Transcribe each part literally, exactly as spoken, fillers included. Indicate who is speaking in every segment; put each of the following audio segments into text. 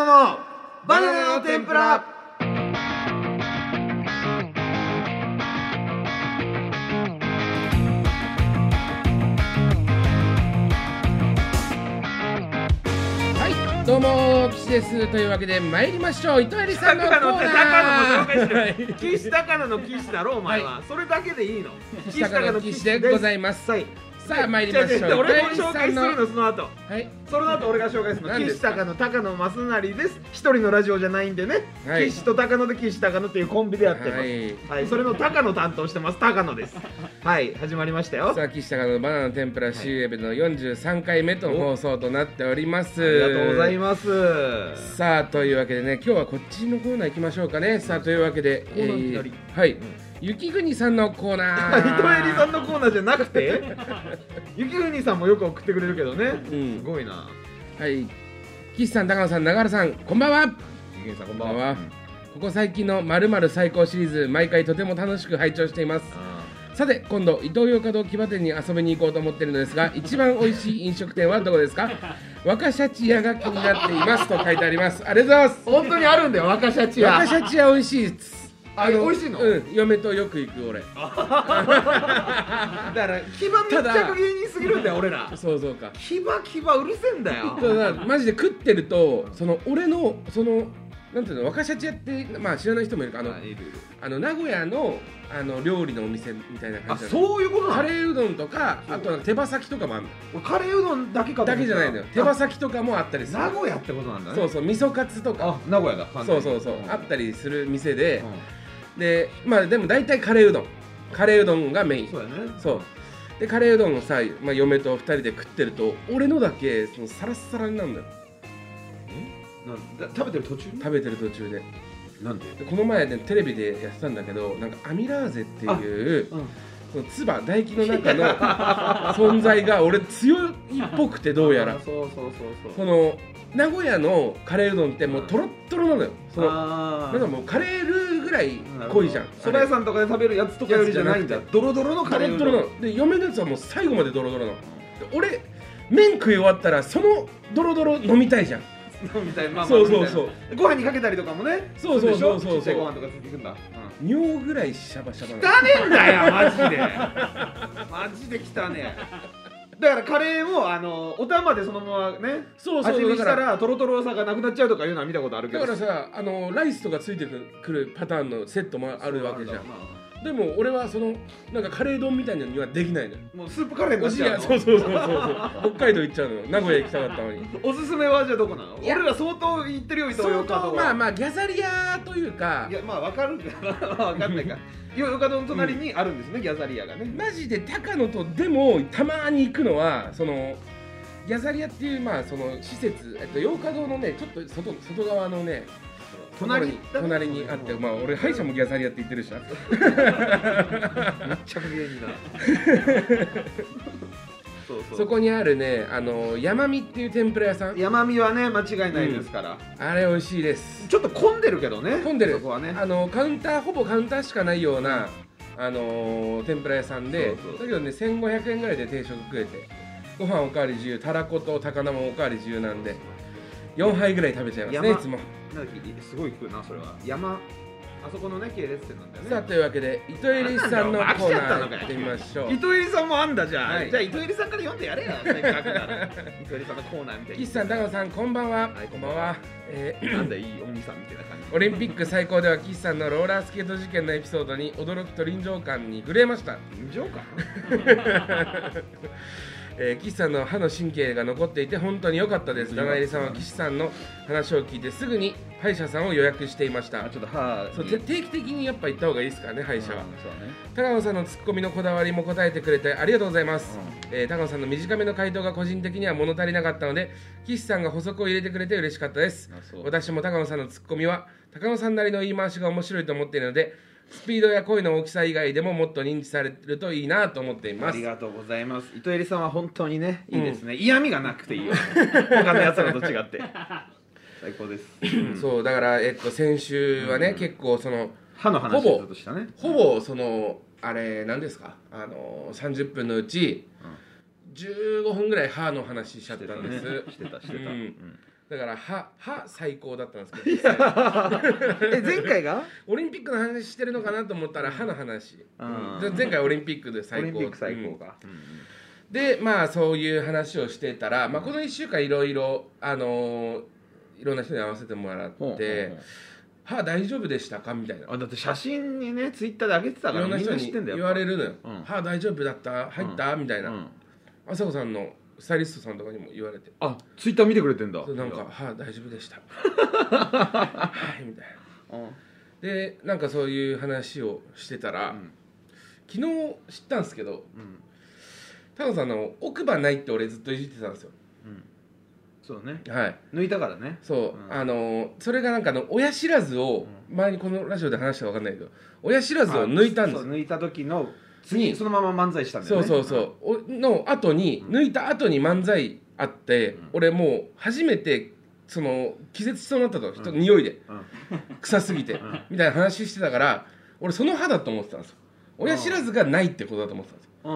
Speaker 1: 野のバナナの天ぷら。
Speaker 2: どうも岸ですというわけで参りましょう。糸入さんのコーナー。
Speaker 1: 高野って高野も紹介してる。岸高野の岸だろお前は、はい、それだけでいいの。
Speaker 2: 岸高野の岸でございます。
Speaker 1: はい、
Speaker 2: さあ参りましょう。
Speaker 1: 俺も紹介するのその後。
Speaker 2: はい。
Speaker 1: その後俺が紹介するの。岸高野高野正成です。一人のラジオじゃないんでね。はい、岸と高野で岸高野っていうコンビでやってます。はい。はい、それの高野担当してます高野です。はい、始まりましたよ。
Speaker 2: さあ岸高野のバナナの天ぷら シーエム のよんじゅうさんかいめと放送となっております。
Speaker 1: ありがとうございます。
Speaker 2: さあというわけでね、今日はこっちのコーナー行きましょうかね。さあというわけで、えー、はい。うん、雪国さんのコーナー。
Speaker 1: 糸入さんのコーナーじゃなくて雪国さんもよく送ってくれるけどね、うん、すごいな。
Speaker 2: はい、岸さん、高野さん、永原さん、こんばんは。
Speaker 1: 雪国さんこんばんは、うん、
Speaker 2: ここ最近の〇〇最高シリーズ、毎回とても楽しく拝聴しています。さて今度イトーヨーカドー木場店に遊びに行こうと思っているのですが、一番美味しい飲食店はどこですか？若シャチ屋が気になっていますと書いてあります。ありがとうございます。
Speaker 1: 本当にあるんだよ若シャチ屋。
Speaker 2: 若シャチ屋美味しいです。
Speaker 1: あの美味しいの？
Speaker 2: うん、嫁とよく行く俺。だ
Speaker 1: から牙めっちゃく芸人すぎるんだよ俺ら。
Speaker 2: そうそうか。
Speaker 1: 牙牙うるせえんだよ。
Speaker 2: ただマジで食ってると、その俺のそのなんていうの、若シャチ屋ってまあ知らない人もいるか、あのあの名古屋のあの料理のお店みたいな感じ。
Speaker 1: あ、そういうことなの？
Speaker 2: カレーうどんとか、あとなんか手羽先とかもあるの。
Speaker 1: 俺カレーうどんだけか
Speaker 2: だけじゃないのよ。手羽先とかもあったりする。
Speaker 1: 名古屋ってことなんだね。
Speaker 2: そうそう、味噌カツとか。
Speaker 1: あ、名古屋だ。
Speaker 2: そうそうそう、あったりする店で。で、まあでも大体カレーうどん、カレーうどんがメイン。
Speaker 1: そうだね。
Speaker 2: そうでカレーうどんをさ、まあ、嫁とふたりで食ってると、俺のだけそのサラッサラになるんだよ。
Speaker 1: え？なんだ、食べてる途中？
Speaker 2: 食べてる途中で。
Speaker 1: なんで？
Speaker 2: でこの前ねテレビでやってたんだけど、なんかアミラーゼっていう、うん、その唾唾液の中の存在が俺強いっぽくて、どうやら。
Speaker 1: そうそうそうそう。
Speaker 2: その名古屋のカレーうどんってもうトロットロなのよ。そのなんかもうカレールーぐらい濃いじゃん。
Speaker 1: 蕎麦屋さんとかで食べるやつとかよりじゃないんだ。ドロドロのカレーうどん。
Speaker 2: ドロドロので、嫁のやつはもう最後までドロドロなの。俺麺食い終わったらそのドロドロ飲みたいじゃん。
Speaker 1: 飲みたい。まあまあ
Speaker 2: そうそうそう。
Speaker 1: ご飯にかけたりとかもね。
Speaker 2: そうそうそうそう。
Speaker 1: ちっちゃいご飯とかついてくんだ。
Speaker 2: 尿ぐらいシャバシャバ
Speaker 1: なの。汚ねえんだよマジで。マジで汚ねえ。だからカレーもあのお玉でそのままね、
Speaker 2: そうそう、
Speaker 1: 味見したらトロトロさがなくなっちゃうとかいうのは見たことあるけど。
Speaker 2: だからさ、あのライスとかついてくるパターンのセットもあるわけじゃん。でも俺はそのなんかカレー丼みたいなのにはできないのよ。
Speaker 1: もうスープカレーになっちゃうの。
Speaker 2: そうそうそうそうそう。北海道行っちゃうのよ。名古屋行きたかったのに。
Speaker 1: おすすめはじゃあどこなの？俺ら相当行ってるよ。伊東洋華堂。
Speaker 2: まあまあギャザリアというか。
Speaker 1: いやまあわかるかな。わかんないか。洋華堂の隣にあるんですね、ギャザリアがね。
Speaker 2: マジで高野とでもたまに行くのはそのギャザリアっていうまあその施設、えっと洋華堂のねちょっと外外側のね。隣に隣にあって、まあ俺歯医者もギャザリアって言ってるしな。めっ
Speaker 1: ちゃ芸人だ。
Speaker 2: そうそう、そこにあるね、あの山見っていう天ぷら屋さん。
Speaker 1: 山見はね間違いないですから、
Speaker 2: うん、あれ美味しいです。
Speaker 1: ちょっと混んでるけどね。
Speaker 2: 混んでる。
Speaker 1: そこはね、
Speaker 2: あのカウンターほぼカウンターしかないようなあの天ぷら屋さんで、だけどねせんごひゃくえんぐらいで定食食えて、ご飯おかわり自由、たらこと高菜もおかわり自由なんでよんはいぐらい食べちゃいますねいつも。
Speaker 1: すごい食うなそれは。山あそこのね系列店なんだよね。
Speaker 2: さあというわけで糸入さんのコーナー行ってみましょう。
Speaker 1: 糸入さんもあんだじゃあ、はい、じゃあ糸入さんから読んでやれよ。せっかくなら糸入さんのコーナーみたいな。
Speaker 2: 岸さん、高野さん、こんばんは。
Speaker 1: はい、
Speaker 2: こんばんは。
Speaker 1: えー、なんだいいお兄さんみたいな感じ。
Speaker 2: オリンピック最高では岸さんのローラースケート事件のエピソードに驚きと臨場感に震えました。
Speaker 1: 臨場感
Speaker 2: えー、岸さんの歯の神経が残っていて本当に良かったです。長入さんは岸さんの話を聞いてすぐに歯医者さんを予約していました。
Speaker 1: ちょっと歯
Speaker 2: そう定期的にやっぱ行った方がいいですからね、歯医者は。高野さんのツッコミのこだわりも答えてくれてありがとうございます。うん、えー、高野さんの短めの回答が個人的には物足りなかったので、岸さんが補足を入れてくれて嬉しかったです。私も高野さんのツッコミは高野さんなりの言い回しが面白いと思っているので、スピードや声の大きさ以外でももっと認知されるといいなと思っています。
Speaker 1: ありがとうございます。糸入さんは本当にね、いいですね。うん、嫌味がなくていいよ。他のやつらと違って。最高です。
Speaker 2: そうだから、えっと、先週はね、うん、結構その
Speaker 1: 歯の話をずっとしたね。
Speaker 2: ほぼそのあれ何ですか、あのさんじゅっぷんのうち、うん、じゅうごふんぐらい歯の話しちゃったんです。
Speaker 1: してたしてた。うん、
Speaker 2: だから歯歯最高だったんですけど
Speaker 1: え前回が
Speaker 2: オリンピックの話してるのかなと思ったら歯の話、うん、前回オリンピックで最高、
Speaker 1: オリンピック最高か、
Speaker 2: うん、でまあそういう話をしてたら、まあ、このいっしゅうかんいろいろあのー、いろんな人に会わせてもらって、うんうんうん、歯大丈夫でしたかみたいな。
Speaker 1: あだって写真にねツイッターで上げてたからみんな知ってんだよ。
Speaker 2: 言われるのよ、うん、歯大丈夫だった入った、うん、みたいな、うん、あさこさんのスタイリストさんとかにも言われて、
Speaker 1: あツイッター見てくれてんだ。
Speaker 2: なんか歯大丈夫でしたはいみたいな、うん、でなんかそういう話をしてたら、うん、昨日知ったんですけど、うん、タカさんの奥歯ないって俺ずっといじってたんですよ、うん、
Speaker 1: そうね、
Speaker 2: はい、
Speaker 1: 抜いたからね。
Speaker 2: そう、うん、あのそれがなんかの親知らずを、うん、前にこのラジオで話したか分かんないけど親知らずを抜いたんです。
Speaker 1: 抜いた時の次そのまま漫才したんだよね。
Speaker 2: そうそうそう、うん、の後に、抜いた後に漫才あって、うん、俺もう初めてその気絶しそうになったと、人、うん、匂いで、うん、臭すぎて、うん、みたいな話してたから俺その歯だと思ってたんですよ。親知らずがないってことだと思ってたんですよ、うん、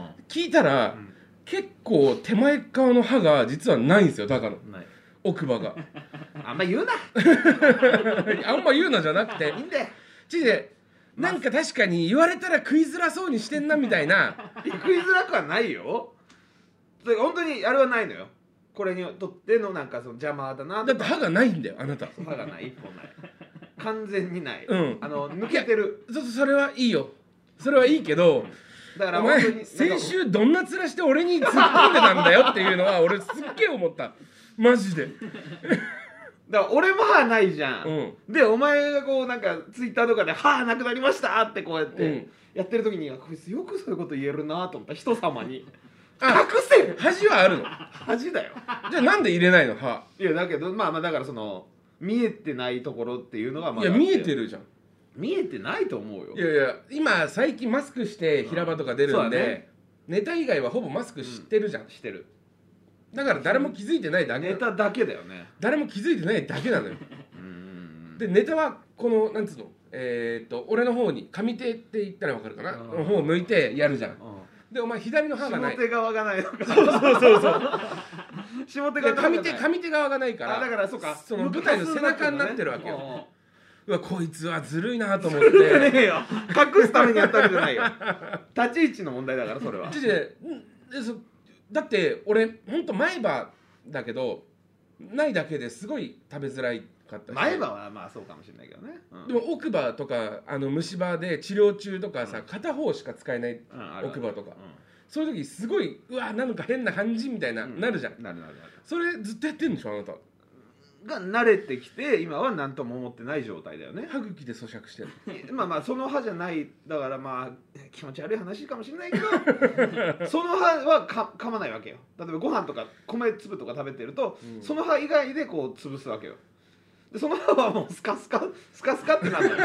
Speaker 2: 聞いたら、うん、結構手前側の歯が実はないんですよ。だから奥歯が
Speaker 1: あんま言うな
Speaker 2: あんま言うなじゃなくて、
Speaker 1: いいんだよ。
Speaker 2: ちでなんか確かに言われたら食いづらそうにしてんなみたいな
Speaker 1: 食いづらくはないよ。本当にあれはないのよ。これにとってのなんかその邪魔だな。
Speaker 2: だって歯がないんだよあなた。
Speaker 1: 歯がない一本ない。完全にない。
Speaker 2: うん、
Speaker 1: あの抜けてる。
Speaker 2: そそれはいいよ。それはいいけど。だからお前先週どんな面して俺に突っ込んでたんだよっていうのは俺すっげえ思った。マジで。
Speaker 1: だから俺も歯ないじゃん、うん、でお前がこうなんかツイッターとかで歯なくなりましたってこうやってやってる時に、こいつよくそういうこと言えるなと思った。人様に隠せ
Speaker 2: 恥はあるの。
Speaker 1: 恥だよ。
Speaker 2: じゃあなんで入れないの歯。
Speaker 1: いやだけどまあまあだからその見えてないところっていうのがま
Speaker 2: だいや見えてるじゃん。
Speaker 1: 見えてないと思うよ。
Speaker 2: いやいや今最近マスクして平場とか出るんで、ね、ネタ以外はほぼマスク知ってるじゃん、うん、
Speaker 1: してる。
Speaker 2: だから誰も気づいてないだけ。
Speaker 1: ネタだけだよね。
Speaker 2: 誰も気づいてないだけなのようんでネタはこのなんつうのえー、っと俺の方に上手って言ったら分かるかな、の方を向いてやるじゃん。でお前左の歯がない。
Speaker 1: 下手側がないのか。
Speaker 2: そうそうそうそう
Speaker 1: 下手側がない。
Speaker 2: 上手上手側がないから。
Speaker 1: あだからそうか。
Speaker 2: その舞台の背中になってるわけよ。うわこいつはずるいなと思って。ずる
Speaker 1: ねえよ。隠すためにやったわけじゃないよ。立ち位置の問題だからそれは。
Speaker 2: ちでそだって俺ほんと前歯だけどないだけですごい食べづらいかったし。
Speaker 1: 前歯はまあそうかもしれないけどね、
Speaker 2: うん、でも奥歯とかあの虫歯で治療中とかさ、うん、片方しか使えない奥歯とか、うん、そういう時すごいうわなんか変な感じみたいな、うん、なるじゃん。なるなるなる。それずっとやってんでしょあなた
Speaker 1: が。慣れてきて今は何とも思ってない状態だよね。
Speaker 2: 歯茎で咀嚼してる
Speaker 1: まあまあその歯じゃないだからまあ気持ち悪い話かもしれないけどその歯はか噛まないわけよ。例えばご飯とか米粒とか食べてると、うん、その歯以外でこう潰すわけよ。でその歯はもうスカスカスカスカってなるのよ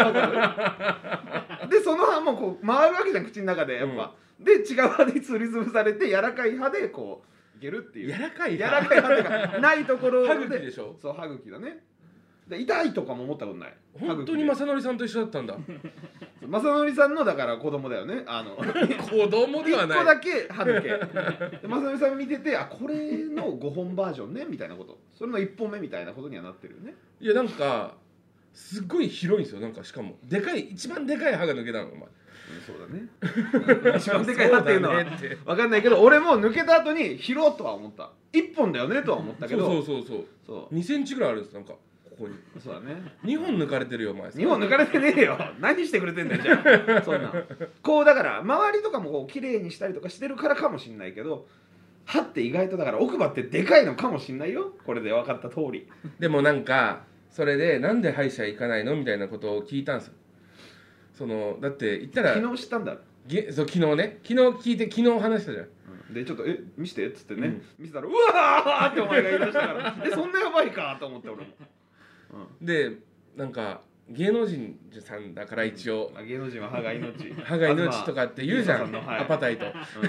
Speaker 1: でその歯もこう回るわけじゃん口の中でやっぱ、うん、で違う歯にすりつぶされて柔らかい歯でこういけるっていう。
Speaker 2: 柔らかい
Speaker 1: 歯柔らかい歯っていうかないところで
Speaker 2: 歯茎でしょ。
Speaker 1: そう歯茎だね。で痛いとかも思ったことない。
Speaker 2: 本当に正則さんと一緒だったんだ
Speaker 1: 正則さんのだから子供だよね。あの
Speaker 2: 子供ではない。
Speaker 1: いっこだけ歯抜け正則さん見ててあこれのごほんバージョンねみたいなこと。それのいっぽんめみたいなことにはなってるよね。
Speaker 2: いやなんかすっごい広いんですよ。なんかしかもでかい一番でかい歯が抜けたのお前。
Speaker 1: そうだね一番でかい歯っていうのは分かんないけど俺も抜けた後に広とは思った。いっぽんだよねとは思ったけど
Speaker 2: そうそうそうそうにセンチぐらいあるんですなんかここに。
Speaker 1: そうだね
Speaker 2: にほん抜かれてるよお前。
Speaker 1: にほん抜かれてねえよ何してくれてんだよじゃあそんなこうだから周りとかもこう綺麗にしたりとかしてるからかもしんないけど歯って意外とだから奥歯ってでかいのかもしんないよ。これで分かった通り。
Speaker 2: でもなんかそれでなんで歯医者行かないのみたいなことを聞いたんですよ。そのだって言ったら
Speaker 1: 昨日知ったんだ。
Speaker 2: げそう昨日ね昨日聞いて昨日話したじゃん、
Speaker 1: うん、でちょっとえ見してっつってね、うん、見せたらうわーってお前が言い出したからえそんなやばいかと思って俺も、
Speaker 2: うん、でなんか芸能人さんだから一応、
Speaker 1: うん、芸能人は歯が命
Speaker 2: 歯が命とかって言うじゃん、はい、アパタイト、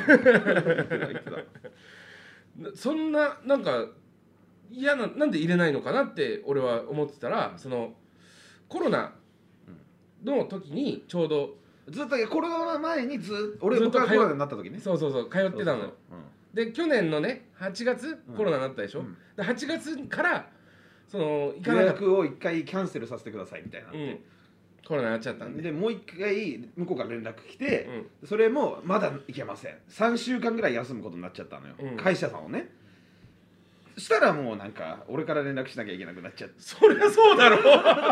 Speaker 2: うん、そんななんか嫌ななんで入れないのかなって俺は思ってたらそのコロナの時にちょうど
Speaker 1: ずっとコロナ前にずっと俺僕がコロナになった時ね
Speaker 2: そうそうそう通ってたのよ。 で去年のねはちがつコロナになったでしょ、うん、ではちがつからその
Speaker 1: 予約をいっかいキャンセルさせてくださいみたいな、うん、
Speaker 2: コロナになっちゃったんで
Speaker 1: でもういっかい向こうから連絡来て、うん、それもまだいけませんさんしゅうかんぐらい休むことになっちゃったのよ、うん、会社さんをね。したらもうなんか俺から連絡しなきゃいけなくなっちゃって。
Speaker 2: そりゃそうだろ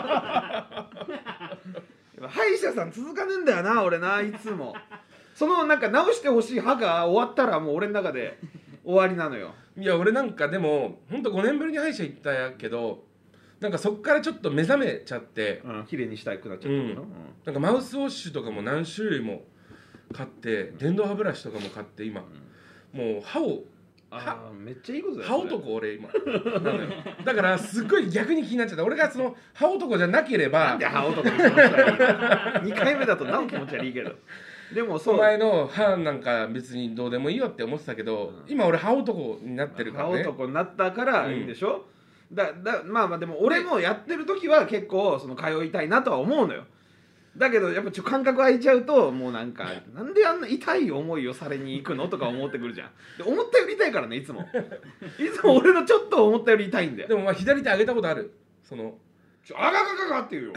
Speaker 1: 歯医者さん続かねえんだよな俺ないつも。そのなんか直してほしい歯が終わったらもう俺の中で終わりなのよ。
Speaker 2: いや俺なんかでもほんとごねんぶりに歯医者行ったけどなんかそっからちょっと目覚めちゃって、
Speaker 1: うん、綺麗にしたくなっちゃったの、うん、
Speaker 2: なんかマウスウォッシュとかも何種類も買って電動歯ブラシとかも買って今、うん、もう歯を
Speaker 1: あめっちゃいいことだよ。
Speaker 2: 歯男俺今だからすっごい逆に気になっちゃった。俺がその歯男じゃなければ
Speaker 1: なんで歯男に気持ち悪いにかいめだとなお気持ち悪いけどでもそう
Speaker 2: お前の歯なんか別にどうでもいいよって思ってたけど、うん、今俺歯男になってるからね。
Speaker 1: 歯男になったからいいんでしょ、うん、だだまあまあでも俺もやってる時は結構その通いたいなとは思うのよ。だけどやっぱちょ感覚空いちゃうともうなんかなんであんな痛い思いをされに行くのとか思ってくるじゃん。で思ったより痛いからねいつもいつも俺のちょっと思ったより痛いんだよ。
Speaker 2: でもまあ左手上げたことあるその
Speaker 1: ちょあががががって言うよ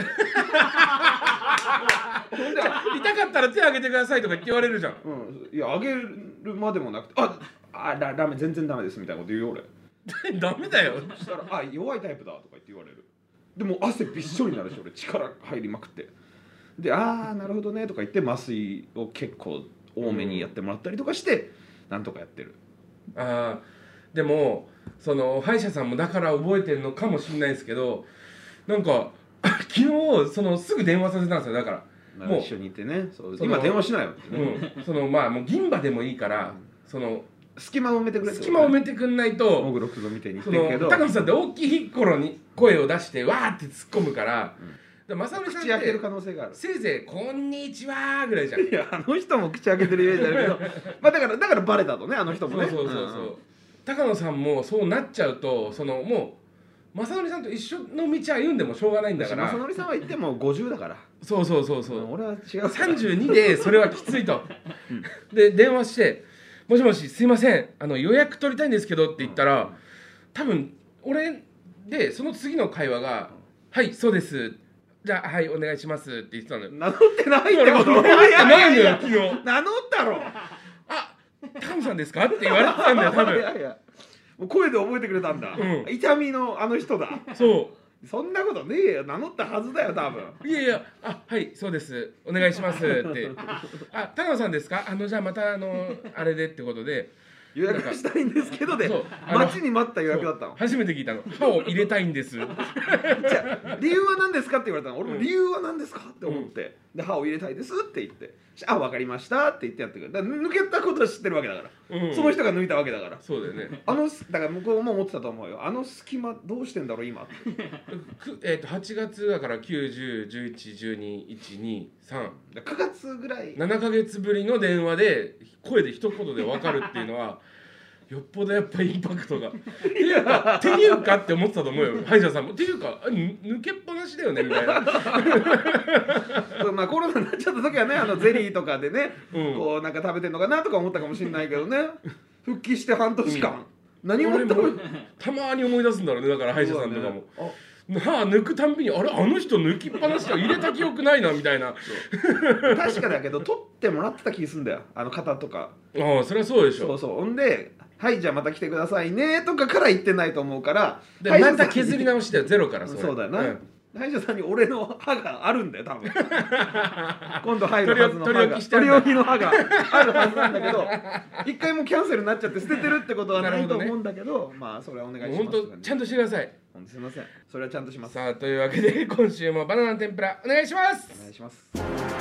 Speaker 2: 痛かったら手上げてくださいとか言って言われるじゃん、
Speaker 1: うん、いや上げるまでもなくてああだダメ全然ダメですみたいなこと言うよ
Speaker 2: 俺ダメだよ。
Speaker 1: そしたらあ弱いタイプだとか言って言われる。でも汗びっしょりになるし俺力入りまくってでああなるほどねとか言って麻酔を結構多めにやってもらったりとかして、うん、なんとかやってる。
Speaker 2: ああでもその歯医者さんもだから覚えてるのかもしれないですけどなんか昨日そのすぐ電話させたんですよ。だから
Speaker 1: もう一緒にいてねそう今電話しないよって
Speaker 2: ね、うん、そのまあもう銀歯でもいいから、うん、その
Speaker 1: 隙間を埋めてくれ、ね、
Speaker 2: 隙間を埋めてくんないと
Speaker 1: モグロクゾみたいに言ってるけど
Speaker 2: 高野さんって大きい頃に声を出してわーって突っ込むから、うん
Speaker 1: 正則さん口開ける可能性がある。
Speaker 2: せいぜいこんにちはぐらいじゃん。
Speaker 1: いやあの人も口開けてるイメージあるけどまあだからだからバレたとねあの人もね。
Speaker 2: そうそうそうそう、うん、高野さんもそうなっちゃうとそのもう正則さんと一緒の道歩んでもしょうがないんだから。
Speaker 1: 正則さんは言ってもごじゅうだから。
Speaker 2: そうそうそうそう、うん、
Speaker 1: 俺は違う
Speaker 2: さんじゅうにでそれはきついと、うん、で電話してもしもしすいませんあの予約取りたいんですけどって言ったら、うん、多分俺でその次の会話がはいそうですじゃあはいお願いしますって言ってたのよ。
Speaker 1: 名乗ってないってこと？
Speaker 2: 名乗ってないのよ昨日。
Speaker 1: 名乗ったろ。
Speaker 2: あ、タムさんですかって言われてたんだよ多分。いやいや
Speaker 1: もう声で覚えてくれたんだ。うん、痛みのあの人だ。
Speaker 2: そう。
Speaker 1: そんなことねえよ名乗ったはずだよ多分。
Speaker 2: いやいやあはいそうですお願いしますってあ高野さんですかあのじゃあまたあのあれでってことで。
Speaker 1: 予約したいんですけどで待ちに待った予約だったの。
Speaker 2: 初めて聞いたの歯を入れたいんですじゃ
Speaker 1: あ理由は何ですかって言われたの。俺も理由は何ですかって思って、うん、で歯を入れたいですって言ってあ分かりましたって言ってやってくる。だから抜けたことは知ってるわけだから、うん、その人が抜いたわけだから。
Speaker 2: そうだよね。
Speaker 1: あのだから向こうも思ってたと思うよ。あの隙間どうしてんだろう今
Speaker 2: えー、とはちがつだからきゅう、じゅう、じゅういち、じゅうに、いち、に、さん
Speaker 1: くがつぐらい
Speaker 2: ななかげつぶりの電話で声で一言で分かるっていうのはよっぽどやっぱりインパクトがっていうかっていうかって思ってたと思うよ歯医者さんもっていうか抜けっぱなしだよねみたいな
Speaker 1: まあコロナになっちゃった時はねあのゼリーとかでね、うん、こうなんか食べてんのかなとか思ったかもしれないけどね復帰して半年間、うん、何も
Speaker 2: たまに思い出すんだろうねだから歯医者さんとかも。歯抜くたんびにあれあの人抜きっぱなしで入れた記憶ないなみたいな
Speaker 1: 確かだけど取ってもらってた気すんだよあの方とか。
Speaker 2: ああそれはそうでしょ。
Speaker 1: そうそうほんではいじゃあまた来てくださいねとかから言ってないと思うから
Speaker 2: でまた削り直しだよゼロから
Speaker 1: それそうだよな、うん歯医者さんに俺の歯があるんだよ多分今度入るはずの歯が取り置きの歯があるはずなんだけど一回もキャンセルになっちゃって捨ててるってことはないと思うんだけど、ね、まあそれはお願いします。
Speaker 2: 本当ちゃんとしてください。
Speaker 1: 本当すみませんそれはちゃんとします。
Speaker 2: さあというわけで今週もバナナの天ぷらお願いします。
Speaker 1: お願いします。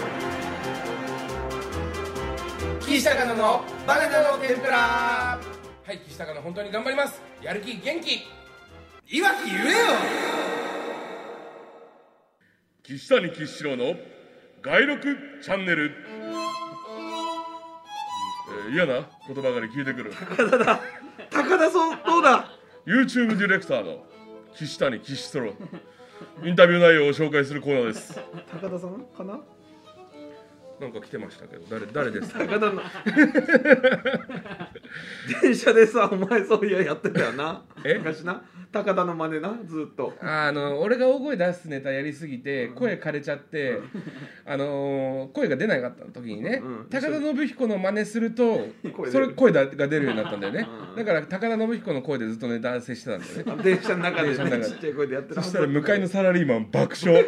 Speaker 2: 岸高野のバナナの天ぷら。はい岸高野本当に頑張ります。やる気元気
Speaker 1: いわき言えよ。
Speaker 2: 岸谷岸四郎の外録チャンネル、えー、嫌な言葉がり聞いてくる
Speaker 1: 高田だ高田そうどうだ
Speaker 2: YouTube ディレクターの岸谷岸四郎インタビュー内容を紹介するコーナーです。
Speaker 1: 高田さんかな。
Speaker 2: なんか来てましたけど、誰誰ですか？
Speaker 1: 高田の電車でさ、お前そういややってたよな。
Speaker 2: え？
Speaker 1: 昔な、高田の真似な、ずっと。
Speaker 2: あの俺が大声出すネタやりすぎて声枯れちゃって、うん、あのー、声が出なかった時にね、うん、高田信彦の真似するとそれ声が出るようになったんだよね、うん、だから高田信彦の声でずっとネタ合わせしてたんだよね。
Speaker 1: 電車の中で、ね、ちっちゃい声でやってた。
Speaker 2: そしたら向かいのサラリーマン爆笑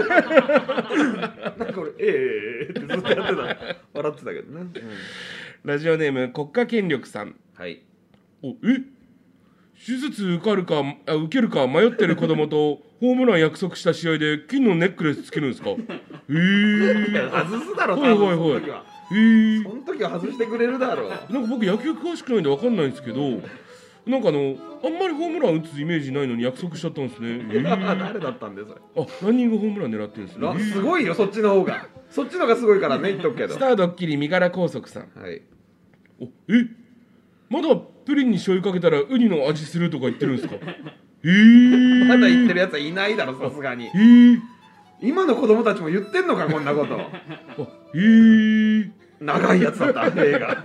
Speaker 1: なんか俺ええー、ってずっとやってた。笑ってたけどね、うん、
Speaker 2: ラジオネーム国家権力さん。
Speaker 1: はい。
Speaker 2: おえ手術受かるかあ受けるか迷ってる子供とホームラン約束した試合で金のネックレスつけるんですか？えー、
Speaker 1: 外すだろ、
Speaker 2: はいはいはい、その時は。えー、
Speaker 1: その時は外してくれるだろう。
Speaker 2: なんか僕野球詳しくないんで分かんないんですけど、なんかあのあんまりホームラン打つイメージないのに約束しちゃったんですね。えー、
Speaker 1: 誰だったんでそれ。
Speaker 2: あ、ランニングホームラン狙ってるんですね。えー、
Speaker 1: すごいよ、そっちの方が。そっちの方がすごいからね、言っとくけど。
Speaker 2: スタードッキリ身柄拘束さん。
Speaker 1: はい。
Speaker 2: おえまだプリンに醤油かけたらウニの味するとか言ってるんですか？えー、
Speaker 1: まだ言ってるやつはいないだろ、さすがに。
Speaker 2: えー、
Speaker 1: 今の子供たちも言ってんのか、こんなこと。あ
Speaker 2: えー、
Speaker 1: 長いやつだった映画。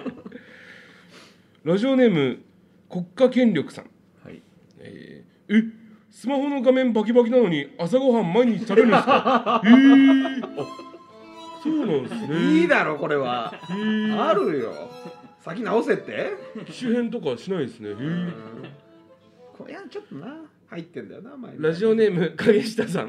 Speaker 2: ラジオネーム国家権力さん。
Speaker 1: はい。
Speaker 2: えー、えスマホの画面バキバキなのに朝ごはん毎日食べるんですか？えー、あそうなんですね。
Speaker 1: いいだろこれは。あるよ。先直せって。
Speaker 2: 機種変とかしないですね。へー、
Speaker 1: これちょっとな入ってんだよな前。
Speaker 2: ラジオネーム影下さん、うん、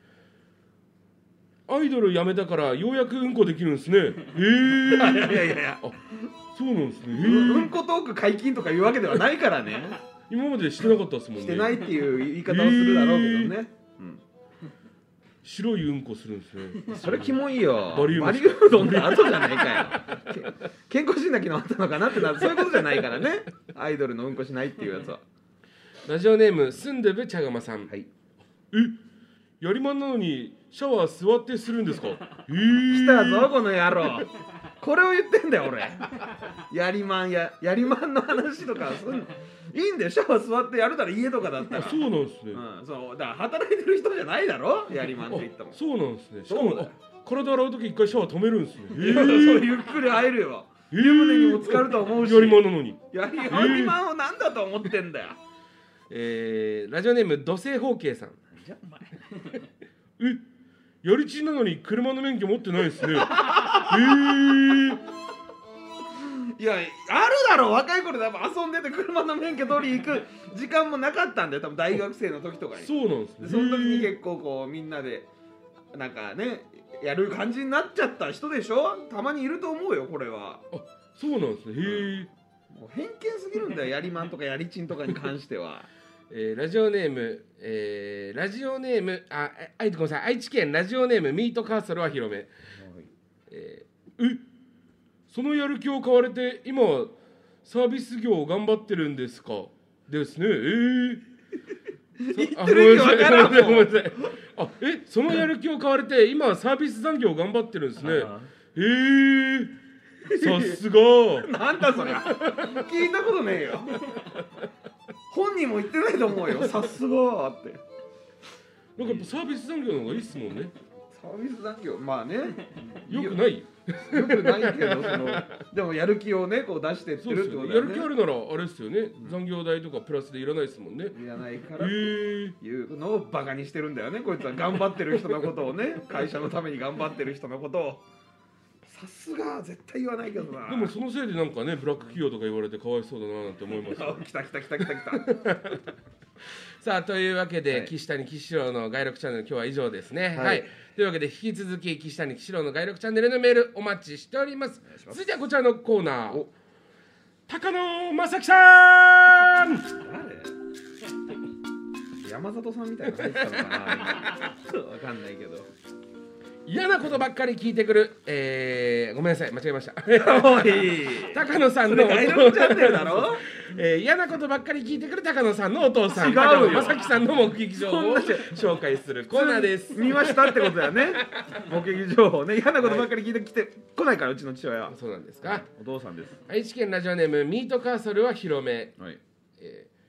Speaker 2: アイドル辞めたからようやくうんこできるんですね。へー、
Speaker 1: いやいやいやいや、
Speaker 2: あそうなんですね。
Speaker 1: うん、うんこトーク解禁とかいうわけではないからね。
Speaker 2: 今までしてなかったですもんね。
Speaker 1: してないっていう言い方をするだろうけどね、うん、
Speaker 2: 白いうんこするんですね。
Speaker 1: それキモいよ。
Speaker 2: バリウム
Speaker 1: バリウム飲んだ後じゃないかよ。健康診断機能あったのかなってなる、そういうことじゃないからね。アイドルのうんこしないっていうやつは。
Speaker 2: ラジオネーム住んでぶ茶釜さん。
Speaker 1: はい。
Speaker 2: えやりまんなのにシャワー座ってするんですか？えー、
Speaker 1: 来たぞこの野郎。これを言ってんだよ俺。やりまんややりまんの話とかすんいいんだよ。シャワー座ってやるなら家とかだったら。
Speaker 2: そうなんですね、
Speaker 1: うん、そうだから働いてる人じゃないだろ、やりまんって言ったもん。
Speaker 2: そうなんですね。しかも体洗う時一回シャワー止めるんですね。え
Speaker 1: ー、そうゆっくり入るよ。湯船にも浸かると思うし。
Speaker 2: やりまんなのに
Speaker 1: やりまんをなんだと思ってんだよ。
Speaker 2: えー、ラジオネーム土星方形さん。
Speaker 1: じゃお前
Speaker 2: えやりちんなのに車の免許持ってないですね。えー、
Speaker 1: いやあるだろ、若い頃で遊んでて車の免許取り行く時間もなかったんだよ、多分大学生の時とかに。
Speaker 2: そうなんですね。
Speaker 1: その時に結構こうみんなでなんかねやる感じになっちゃった人でしょ。たまにいると思うよこれは。
Speaker 2: あそうなんですね。へえ、
Speaker 1: もう偏見すぎるんだよ、やりまんとかやりちんとかに関しては。
Speaker 2: えー、ラジオネーム、えー、ラジオネームああごめんなさい、愛知県ラジオネームミートカーソルは広め、はい、えー、えそのやる気を買われて今はサービス業を頑張ってるんですかですね。えー
Speaker 1: 言ってる意味わからんもん。
Speaker 2: ごめんなさい。あえそのやる気を買われて今はサービス残業を頑張ってるんですね。えー、さすが。
Speaker 1: なんだそれ聞いたことねえよ。本人も言ってないと思うよ。さすがって。
Speaker 2: なんかやっぱサービス残業の方がいいっすもんね。
Speaker 1: サービス残業まあね。
Speaker 2: よくない。
Speaker 1: よくないけどそのでもやる気をねこう出してってるってことだよね。
Speaker 2: やる気あるならあれですよね。残業代とかプラスでいらないですもんね。
Speaker 1: いらないからいうのをバカにしてるんだよね。こいつは頑張ってる人のことをね、会社のために頑張ってる人のことを。さすが絶対言わないけどな。
Speaker 2: でもそのせいでなんかねブラック企業とか言われてかわいそうだななんて思います。
Speaker 1: 来た来た来た来た来た。
Speaker 2: さあというわけで、はい、岸谷岸四郎の外録チャンネル今日は以上ですね。はい、はい、というわけで引き続き岸谷岸四郎の外録チャンネルのメールお待ちしております。続いてはこちらのコーナー。高野正樹さん。
Speaker 1: 誰？山里さんみたいなの入ってたのかな。わかんないけど。
Speaker 2: 嫌なことばっかり聞いてくる、えー、ごめんなさい間違えました。おい高野さんの
Speaker 1: 外録チャンネルだろ。
Speaker 2: えー、嫌なことばっかり聞いてくる高野さんのお父さん高野正樹さんの目撃情報を紹介するコーナーです。
Speaker 1: 見ましたってことだよね。目撃情報ね。嫌なことばっかり聞いてきてこないからうちの父親は。
Speaker 2: そうなんですか。
Speaker 1: お父さんです。
Speaker 2: 愛知県ラジオネームミートカーソルは広め、はい、えー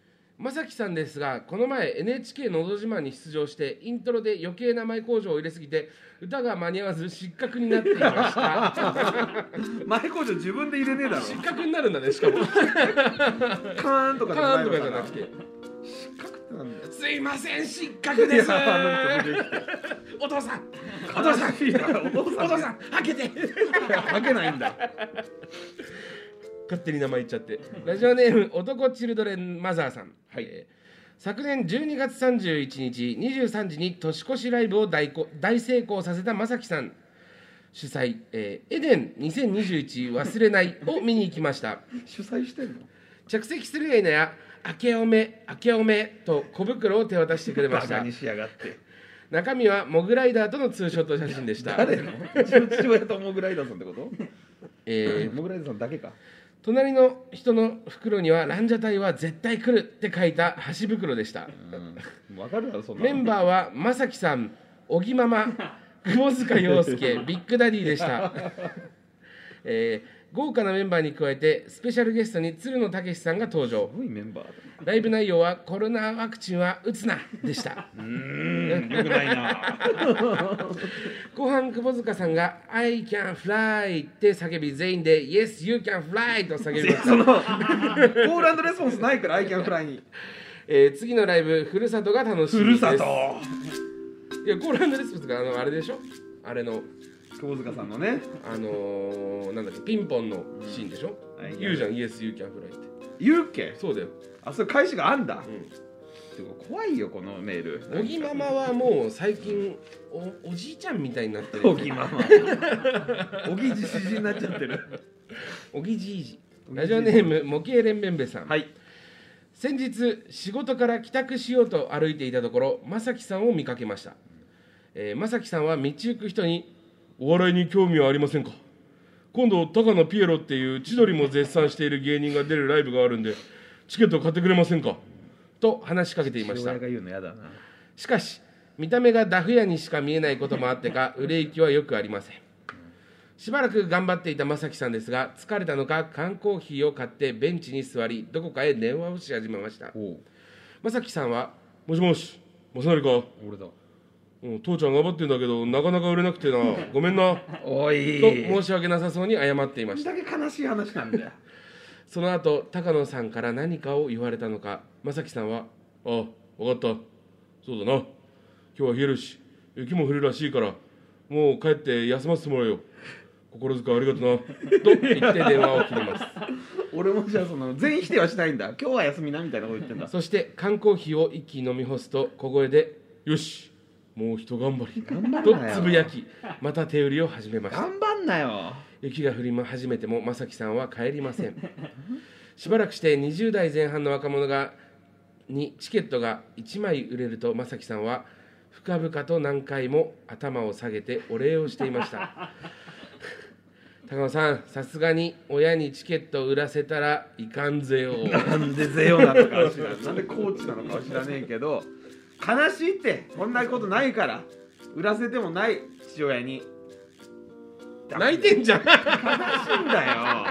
Speaker 2: まさきさんですが、この前 エヌエイチケー のど自慢に出場してイントロで余計な前工場を入れすぎて歌が間に合わず失格になっていました
Speaker 1: 前工場自分で入れねえだろ。
Speaker 2: 失格になるんだね、しかもカ
Speaker 1: ーンとか
Speaker 2: カーンとかじゃなくて
Speaker 1: 失格ってなんだよ。
Speaker 2: すいません、失格ですお父さんお父さんお父さん開けて
Speaker 1: 開けないんだ。
Speaker 2: 勝手に名前言っちゃって。ラジオネーム男チルドレンマザーさん、はい、えー昨年じゅうにがつさんじゅういちにちにじゅうさんじに年越しライブを 大, 大成功させたまさきさん主催、えー、エデンにせんにじゅういち忘れないを見に行きました。
Speaker 1: 主催してんの？
Speaker 2: 着席するやいなや明けおめ明けおめと小袋を手渡してくれました。
Speaker 1: バカにしやがって。
Speaker 2: 中身はモグライダーとのツーショット写真でした。
Speaker 1: 誰の？うちの父親とモグライダーさんってこと？
Speaker 2: えー、
Speaker 1: モグライダーさんだけか。
Speaker 2: 隣の人の袋にはランジャタイは絶対来るって書いた箸袋でした。
Speaker 1: うん、分かるだろそんな。
Speaker 2: メンバーはまさきさん、小木ママ、窪塚洋介、ビッグダディでした、えー豪華なメンバーに加えてスペシャルゲストに鶴野武さんが登場。
Speaker 1: すごいメンバーだ。
Speaker 2: ライブ内容はコロナワクチンは打つなでした
Speaker 1: うーん、よくないな。
Speaker 2: 後半窪塚さんが I can fly って叫び全員で Yes you can fly と叫びました。
Speaker 1: そのコール&レスポンスないから I can fly に、
Speaker 2: えー、次のライブふるさとが楽しみです。
Speaker 1: ふるさと
Speaker 2: いやコール&レスポンスがあのあれでしょ、あれの
Speaker 1: 窪塚さんのね、
Speaker 2: あのー、なんだっけピンポンのシーンでしょ、うん、言うじゃん Yes you can fly って
Speaker 1: 言うっけ。
Speaker 2: そうだよ。
Speaker 1: あ、それ返しがあんだ、
Speaker 2: うん、
Speaker 1: 怖いよこのメール。
Speaker 2: 小木ママはもう最近 お, おじいちゃんみたいになってる。
Speaker 1: 小木ママ小木じじじになっちゃってる。
Speaker 2: 小木じいじ。ラジオネーム模型連弁べさん、
Speaker 1: はい、
Speaker 2: 先日仕事から帰宅しようと歩いていたところまさきさんを見かけました。えー、まさきさんは道行く人にお笑いに興味はありませんか、今度高野ピエロっていう千鳥も絶賛している芸人が出るライブがあるんでチケット買ってくれませんかと話しかけていました。
Speaker 1: 父親が言うのやだな。
Speaker 2: しかし見た目がダフ屋にしか見えないこともあってか売れ行きはよくありません。しばらく頑張っていたまさきさんですが疲れたのか缶コーヒーを買ってベンチに座りどこかへ電話をし始めました。まさきさんはもしもしまさなりか、
Speaker 1: 俺だ、
Speaker 2: うん、父ちゃん頑張ってんだけどなかなか売れなくてなごめんな
Speaker 1: おい
Speaker 2: と申し訳なさそうに謝っていました。
Speaker 1: どんだけ悲しい話なんだよ。
Speaker 2: その後高野さんから何かを言われたのかまさきさんはあ分かったそうだな今日は冷えるし雪も降るらしいからもう帰って休ませてもらうよ心遣いありがとなと言って電話を切ります
Speaker 1: 俺もじゃあその全否定はしないんだ。今日は休みなみたいなこと言ってんだ。
Speaker 2: そして缶コーヒーを一気に飲み干すと小声でよしもう一頑張りとつぶやきまた手売りを始めました。
Speaker 1: 頑張んなよ。
Speaker 2: 雪が降り始めてもまさきさんは帰りませんしばらくしてにじゅうだいぜん半の若者がにチケットがいちまい売れるとまさきさんは深々と何回も頭を下げてお礼をしていました高野さんさすがに親にチケット売らせたらいかんぜよ。
Speaker 1: なんでぜよなのかは知らないなんでコーチなのかは知らねえけど悲しいってこんなことないから売らせてもない父親に
Speaker 2: 泣いてんじゃん悲し
Speaker 1: いんだよ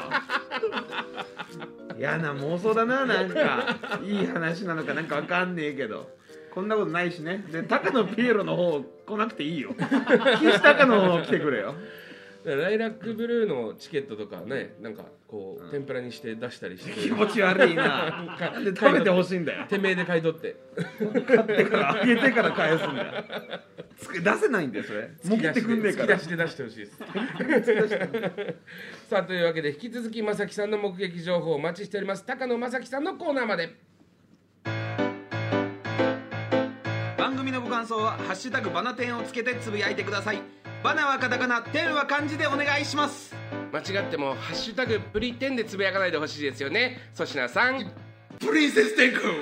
Speaker 1: 嫌な妄想だな。なんかいい話なのかなんかわかんねえけどこんなことないしね。で高野ピエロの方来なくていいよ岸高野の方来てくれよ
Speaker 2: ライラックブルーのチケットとかねなんかこう、うん、天ぷらにして出したりして
Speaker 1: 気持ち悪いなで食べてほしいんだよ。
Speaker 2: てめえで買い取って
Speaker 1: 買ってからあげてから返すんだよ出せないんだよそれ持ってくんねえから
Speaker 2: 突き出しで出してほしいですさあというわけで引き続きまさきさんの目撃情報をお待ちしております。高野まさきさんのコーナーまで。
Speaker 1: 番組のご感想はハッシュタグバナテンをつけてつぶやいてください。バナはカタカナ、テンは漢字でお願いします。
Speaker 2: 間違ってもハッシュタグプリテンでつぶやかないでほしいですよね。粗品さん
Speaker 1: プリンセステン君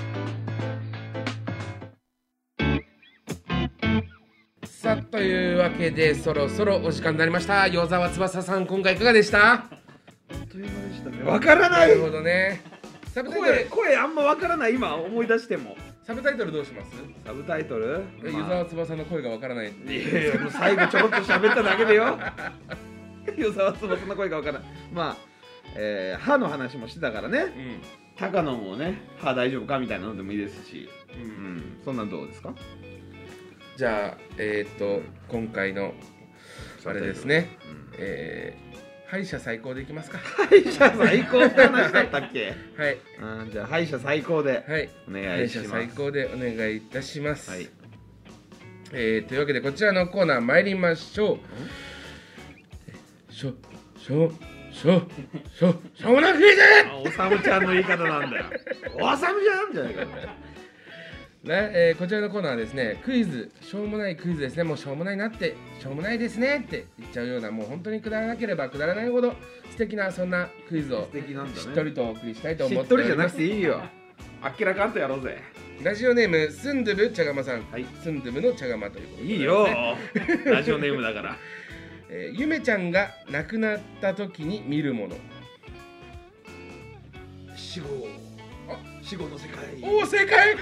Speaker 2: さあというわけでそろそろお時間になりました。与沢翼さん今回いかがでした？
Speaker 1: あっという間でしたね。わからない。
Speaker 2: なるほどね。
Speaker 1: サブタイトル 声, 声あんまわからない今思い出しても。
Speaker 2: サブタイトルどうします？
Speaker 1: サブタイトル？
Speaker 2: 湯沢翼の声がわからない。
Speaker 1: いやいやもう最後ちょろっと喋っただけでよ。湯沢翼の声がわからない。まあ、えー、歯の話もしてたからね。 高野もね歯大丈夫かみたいなのでもいいですし、うん、うん、そんなんどうですか。
Speaker 2: じゃあえー、っと、うん、今回のあれですね、うん、えー、歯医者最高でいきますか。
Speaker 1: 歯医者最高って話だったっけ。
Speaker 2: はい、
Speaker 1: あ、じゃあ歯医者最高で、
Speaker 2: はい、
Speaker 1: お願いします。
Speaker 2: 歯医者最高でお願いいたします、はい。えー、というわけでこちらのコーナー参りましょう。しょしょしょしょしょうもなクイズ。
Speaker 1: おさむちゃんの言い方なんだよ。おさむちゃんじゃないか。
Speaker 2: ね、えー、こちらのコーナーはですね、クイズ、しょうもないクイズですね。もうしょうもないなって、しょうもないですねって言っちゃうような、もう本当にくだらなければくだらないほど素敵なそんなクイズをしっとりとお送りしたいと思っております。
Speaker 1: しっとりじゃなくていいよ。あっけらかんとやろうぜ。
Speaker 2: ラジオネームスンドゥブ茶釜さん、はい、スンドゥブの茶釜ということで、ね、
Speaker 1: いいよラジオネームだから、
Speaker 2: えー、ゆめちゃんが亡くなった時に見るもの。
Speaker 1: 死後。あ、死後の世界。
Speaker 2: おお、正解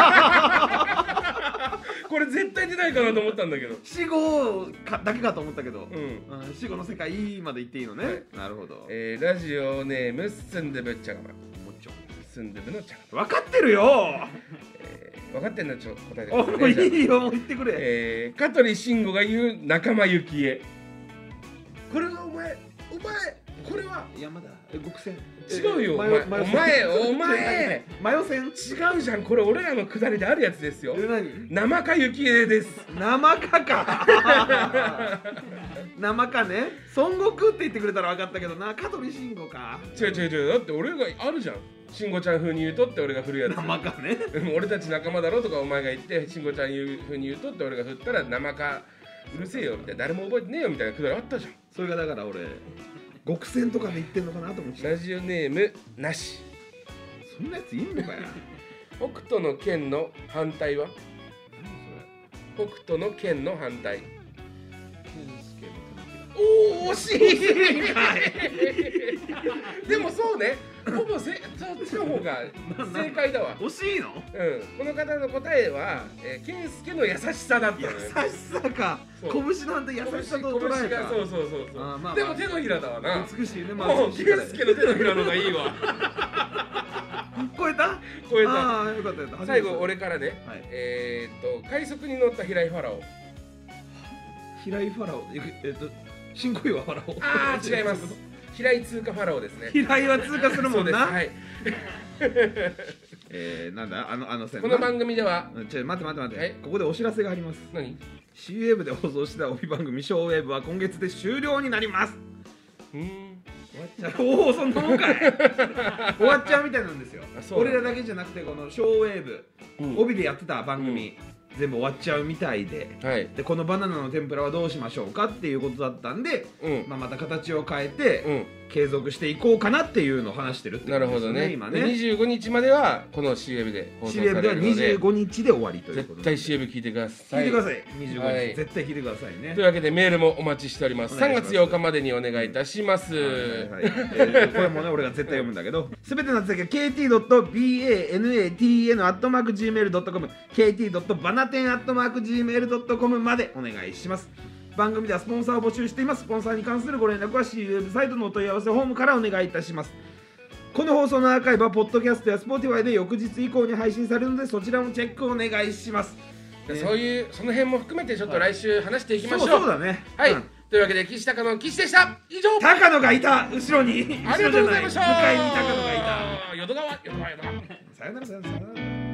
Speaker 2: これ絶対出ないかなと思ったんだけど、
Speaker 1: 死後かだけかと思ったけど、うん、うん、死後の世界まで言っていいのね、はい、なるほど。
Speaker 2: えー、ラジオネームスンドゥブ茶釜、スンドゥブの茶釜。
Speaker 1: 分かってるよ、
Speaker 2: えー、分かってんのちょっと答えてください、ね、
Speaker 1: おいいよ、もう言ってくれ。
Speaker 2: えー、香取慎吾が言う仲間由紀恵。これはお前お前これは
Speaker 1: 山田極戦。
Speaker 2: 違うよ、お前お前お前
Speaker 1: マヨ戦。
Speaker 2: 違うじゃん、これ俺らのくだりであるやつですよ。
Speaker 1: 何？
Speaker 2: 生か幸恵です。
Speaker 1: 生かか生かね、孫悟空って言ってくれたら分かったけどな、香取慎吾か。
Speaker 2: 違う違う違う、だって俺があるじゃん、慎吾ちゃん風に言うとって俺が振るやつ。
Speaker 1: 生かね
Speaker 2: 俺たち仲間だろとかお前が言って、慎吾ちゃん風に言うとって俺が振ったら生かうるせえよみたいな、誰も覚えてねえよみたいなくだりあったじゃん。
Speaker 1: それがだから俺極戦とかで言ってんのかなと思って。
Speaker 2: ラジオネームなし。
Speaker 1: そんなやついんのかよ
Speaker 2: 北斗の拳の反対は？何それ？北斗の拳の反対。おー、惜しいでもそうね、ほぼせそっちの方が正解だわ。
Speaker 1: 惜しいの？
Speaker 2: うん、この方の答えは、えー、健介の優しさだったのよ。
Speaker 1: 優しさか。拳なんて優しさと捉えた。
Speaker 2: そうそうそうそう。あ、まあまあ、でも手のひらだわな。
Speaker 1: 美しいね。まあ、
Speaker 2: もう健介の手のひらの方がいいわ
Speaker 1: 超えた？
Speaker 2: 超えた。
Speaker 1: ああ、よかったよかった。
Speaker 2: 最後俺からね、はい、えー、っと快速に乗った平井ファラオ。
Speaker 1: 平井ファラオ、えー、っと新小岩ファラオ。
Speaker 2: ああ、違います。平井通過ファラオですね。
Speaker 1: 平井は通過するもんな。
Speaker 2: はい。
Speaker 1: えー、なんだあのあの線。
Speaker 2: この番組では、
Speaker 1: ちょ待って待って待って、ここでお知らせがあります。
Speaker 2: 何？
Speaker 1: シーウェーブで放送した帯番組ショーウェーブは今月で終了になります。
Speaker 2: うん。
Speaker 1: おお、そんなもんかい終わっちゃうみたいなんですよ。俺らだけじゃなくてこのショーウェーブ、うん、帯でやってた番組、うん、全部終わっちゃうみたいで、はい、でこのバナナの天ぷらはどうしましょうかっていうことだったんで、うん、まあ、また形を変えて、うん、継続していこうかなっていうのを話してるってことですね。なるほどね。今ね
Speaker 2: にじゅうごにちまではこの シーウェーブ で放送されるので、 シーウェーブ ではにじゅうごにちで終わりということで、 絶対 シーウェーブ 聞いてください。
Speaker 1: 聞いてください。にじゅうごにち、はい、絶対聞いてくださいね。
Speaker 2: というわけでメールもお待ちしております。さんがつようかまでにお願いいたします。はいはいはい、
Speaker 1: えー、これもね俺が絶対読むんだけど、すべての先は ケーティードットバナテン アットマーク ジーメールドットコム ケーティードットバナテン アットマーク ジーメールドットコム までお願いします。番組ではスポンサーを募集しています。スポンサーに関するご連絡は シーウェーブ サイトのお問い合わせフォームからお願いいたします。この放送のアーカイブはポッドキャストや Spotify で翌日以降に配信されるので、そちらもチェックお願いします。
Speaker 2: そういうその辺も含めてちょっと来週話していきましょう。
Speaker 1: そうそうだね。
Speaker 2: はい、うん、というわけで岸高の岸でした。以上。
Speaker 1: 高野がいた後ろに。
Speaker 2: ありがとうございました。
Speaker 1: 向かいに高野がいた。
Speaker 2: 淀川淀川淀川。
Speaker 1: さよならさよなら。